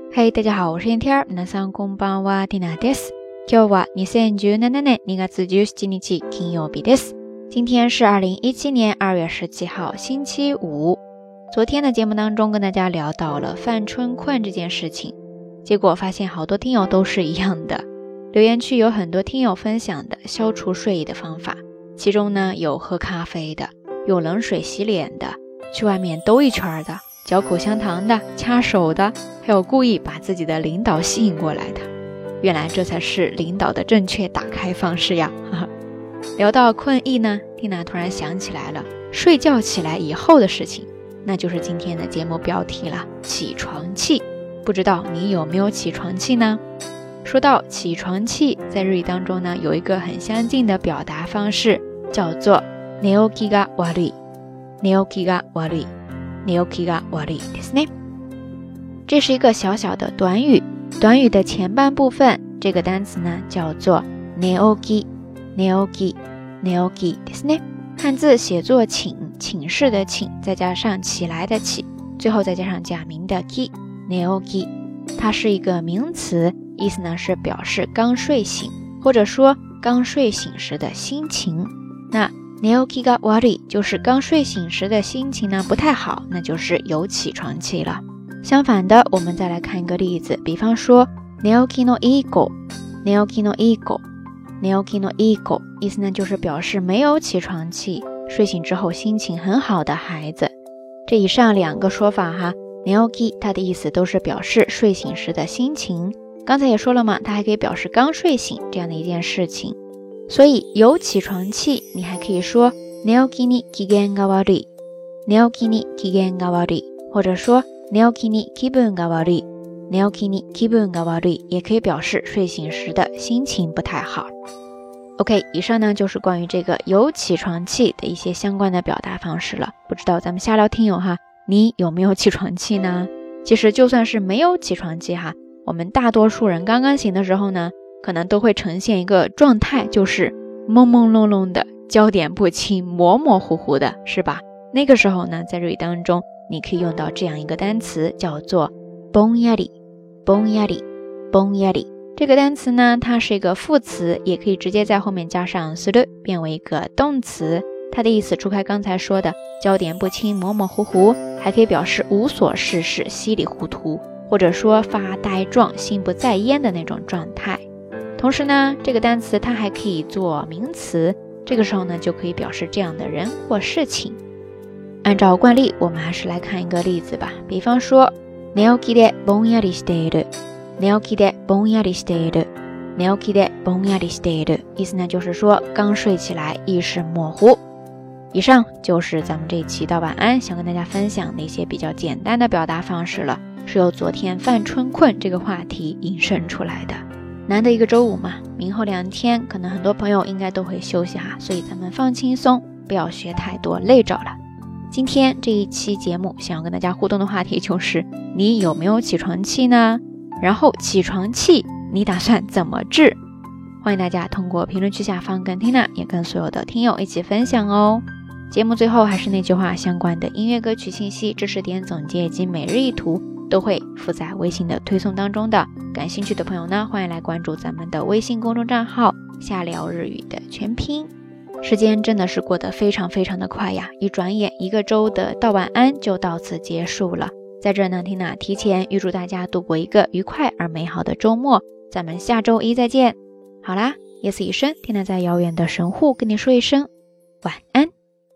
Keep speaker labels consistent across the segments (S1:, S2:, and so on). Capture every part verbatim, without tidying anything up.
S1: 嘿、hey, 大家好，我是天天。皆さんこんばんは、ティナです。今日はにせんじゅうななねんにがつじゅうしちにち金曜日です。今天是二零一七年二月十七号星期五。昨天的节目当中跟大家聊到了犯春困这件事情，结果发现好多听友都是一样的。留言区有很多听友分享的消除睡意的方法，其中呢有喝咖啡的，用冷水洗脸的，去外面兜一圈的，嚼口香糖的，掐手的，还有故意把自己的领导吸引过来的。原来这才是领导的正确打开方式呀！聊到困意呢，蒂娜突然想起来了睡觉起来以后的事情，那就是今天的节目标题了，起床气。不知道你有没有起床气呢？说到起床气，在日语当中呢，有一个很相近的表达方式，叫做寝起きが悪い。寝起きが悪い。寝起きが悪いですね。这是一个小小的短语，短语的前半部分，这个单词呢叫做寝起き。寝起き。寝起きですね。汉字写作寝，寝室的寝，再加上起来的起，最后再加上假名的き。寝起き，它是一个名词，意思呢是表示刚睡醒，或者说刚睡醒时的心情。那寝起きが悪い就是刚睡醒时的心情呢不太好，那就是有起床气了。相反的，我们再来看一个例子，比方说寝起きのいい子。寝起きのいい子。寝起きのいい子，意思呢就是表示没有起床气，睡醒之后心情很好的孩子。这以上两个说法哈，寝起き它的意思都是表示睡醒时的心情。刚才也说了嘛，它还可以表示刚睡醒这样的一件事情。所以有起床气，你还可以说寝起きに機嫌が悪い。寝起きに機嫌が悪い，或者说寝起きに気分が悪い。寝起きに気分が悪い也可以表示睡醒时的心情不太好。OK， 以上呢就是关于这个有起床气的一些相关的表达方式了。不知道咱们下聊听友哈，你有没有起床气呢？其实就算是没有起床气哈，我们大多数人刚刚醒的时候呢，可能都会呈现一个状态，就是朦朦胧胧的，焦点不清，模模糊糊的，是吧？那个时候呢，在日语当中你可以用到这样一个单词，叫做ぼんやり。ぼんやり。ぼんやり。这个单词呢，它是一个副词，也可以直接在后面加上する，变为一个动词。它的意思除开刚才说的焦点不清、模模糊糊，还可以表示无所事事、稀里糊涂，或者说发呆状、心不在焉的那种状态。同时呢，这个单词它还可以做名词，这个时候呢就可以表示这样的人或事情。按照惯例，我们还是来看一个例子吧。比方说寝起きでぼんやりしている。寝起きでぼんやりしている。寝起きでぼんやりしている，意思呢就是说刚睡起来，意识模糊。以上就是咱们这一期到晚安想跟大家分享的一些比较简单的表达方式了，是由昨天犯春困这个话题引申出来的。难得一个周五嘛，明后两天可能很多朋友应该都会休息哈，所以咱们放轻松，不要学太多，累着了。今天这一期节目想要跟大家互动的话题就是你有没有起床气呢？然后起床气你打算怎么治？欢迎大家通过评论区下方跟 Tina 也跟所有的听友一起分享哦。节目最后还是那句话，相关的音乐歌曲信息、知识点总结以及每日一图都会附在微信的推送当中的。感兴趣的朋友呢，欢迎来关注咱们的微信公众账号下聊日语的全拼。时间真的是过得非常非常的快呀，一转眼一个周的到晚安就到此结束了。在这呢，Tina提前预祝大家度过一个愉快而美好的周末，咱们下周一再见。好啦，夜色已深，Tina在遥远的神户跟你说一声晚安。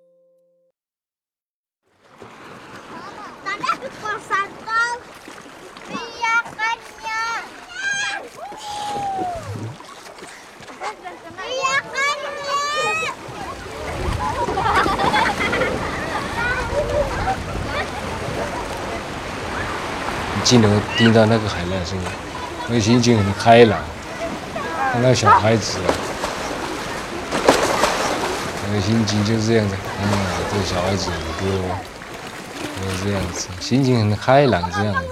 S2: 进能听到那个海浪声音，那个心情很开朗，那个小孩子啊，那个心情就是这样子。嗯，这个小孩子很多，就是这样子，心情很开朗这样子。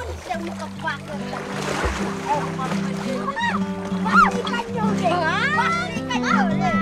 S3: 啊！